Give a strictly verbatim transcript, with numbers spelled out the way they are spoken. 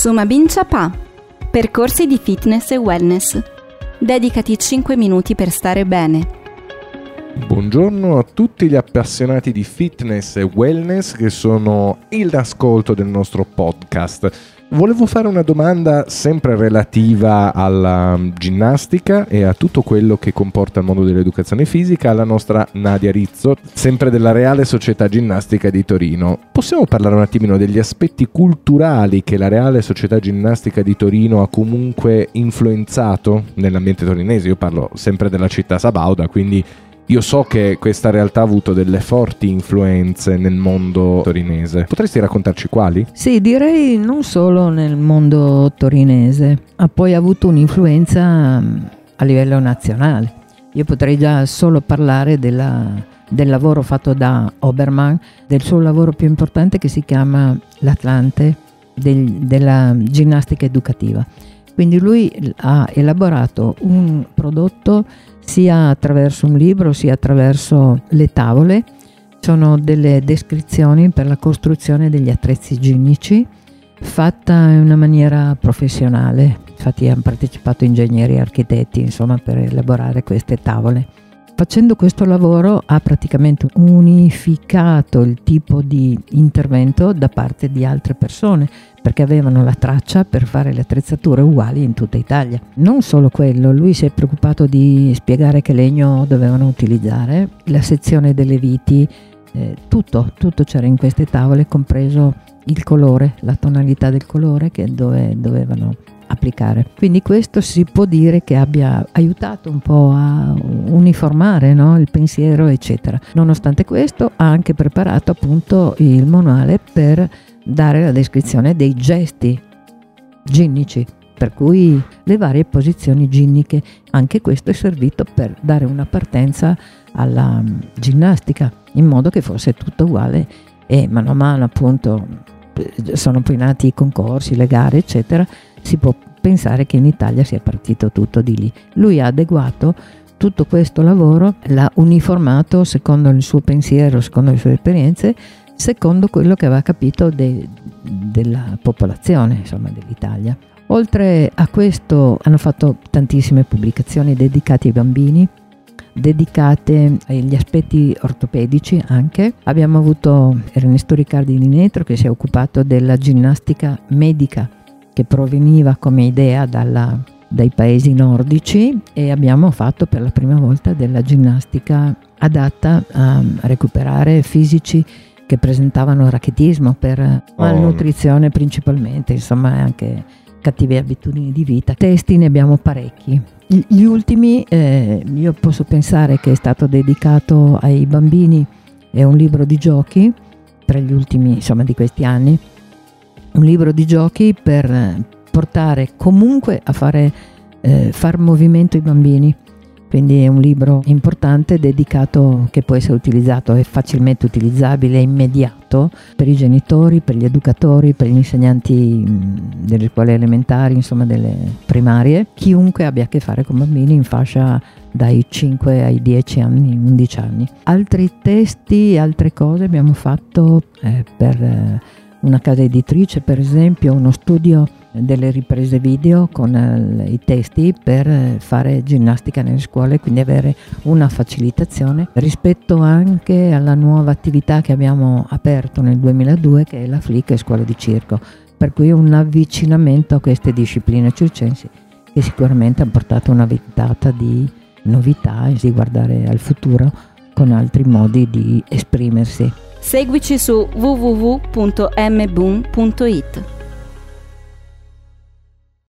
Suma Bincia Pa. Percorsi di fitness e wellness. Dedicati cinque minuti per stare bene. Buongiorno a tutti gli appassionati di fitness e wellness che sono in ascolto del nostro podcast. Volevo fare una domanda sempre relativa alla ginnastica e a tutto quello che comporta il mondo dell'educazione fisica alla nostra Nadia Rizzo, sempre della Reale Società Ginnastica di Torino. Possiamo parlare un attimino degli aspetti culturali che la Reale Società Ginnastica di Torino ha comunque influenzato nell'ambiente torinese? Io parlo sempre della città sabauda, quindi io so che questa realtà ha avuto delle forti influenze nel mondo torinese. Potresti raccontarci quali? Sì, direi non solo nel mondo torinese, ha poi avuto un'influenza a livello nazionale. Io potrei già solo parlare della, del lavoro fatto da Oberman, del suo lavoro più importante che si chiama l'Atlante del, della ginnastica educativa. Quindi lui ha elaborato un prodotto sia attraverso un libro sia attraverso le tavole. Sono delle descrizioni per la costruzione degli attrezzi ginnici fatta in una maniera professionale. Infatti hanno partecipato ingegneri e architetti, insomma, per elaborare queste tavole. Facendo questo lavoro ha praticamente unificato il tipo di intervento da parte di altre persone, perché avevano la traccia per fare le attrezzature uguali in tutta Italia. Non solo quello, lui si è preoccupato di spiegare che legno dovevano utilizzare, la sezione delle viti, eh, tutto, tutto c'era in queste tavole, compreso il colore, la tonalità del colore che dove dovevano applicare. Quindi questo si può dire che abbia aiutato un po' a uniformare, no, il pensiero, eccetera. Nonostante questo ha anche preparato appunto il manuale per dare la descrizione dei gesti ginnici, per cui le varie posizioni ginniche. Anche questo è servito per dare una partenza alla ginnastica, in modo che fosse tutto uguale, e mano a mano appunto sono poi nati i concorsi, le gare, eccetera. Si può pensare che in Italia sia partito tutto di lì. Lui ha adeguato tutto questo lavoro, l'ha uniformato secondo il suo pensiero, secondo le sue esperienze, secondo quello che aveva capito de, della popolazione, insomma, dell'Italia. Oltre a questo hanno fatto tantissime pubblicazioni dedicate ai bambini, dedicate agli aspetti ortopedici anche. Abbiamo avuto Ernesto Riccardi di Netro che si è occupato della ginnastica medica che proveniva come idea dalla, dai paesi nordici, e abbiamo fatto per la prima volta della ginnastica adatta a recuperare fisici che presentavano rachetismo per malnutrizione principalmente, insomma anche cattive abitudini di vita. Testi ne abbiamo parecchi. Gli ultimi, eh, io posso pensare che è stato dedicato ai bambini, è un libro di giochi, tra gli ultimi insomma di questi anni, un libro di giochi per portare comunque a fare eh, far movimento ai bambini. Quindi è un libro importante dedicato, che può essere utilizzato, è facilmente utilizzabile, è immediato per i genitori, per gli educatori, per gli insegnanti delle scuole elementari, insomma delle primarie, chiunque abbia a che fare con bambini in fascia dai cinque ai dieci anni, undici anni. Altri testi, altre cose abbiamo fatto eh, per eh, una casa editrice, per esempio, uno studio delle riprese video con eh, i testi per eh, fare ginnastica nelle scuole, quindi avere una facilitazione rispetto anche alla nuova attività che abbiamo aperto nel duemiladue, che è la F L I C, Scuola di Circo, per cui un avvicinamento a queste discipline circensi che sicuramente ha portato una ventata di novità e di guardare al futuro con altri modi di esprimersi. Seguici su w w w punto m boom punto i t.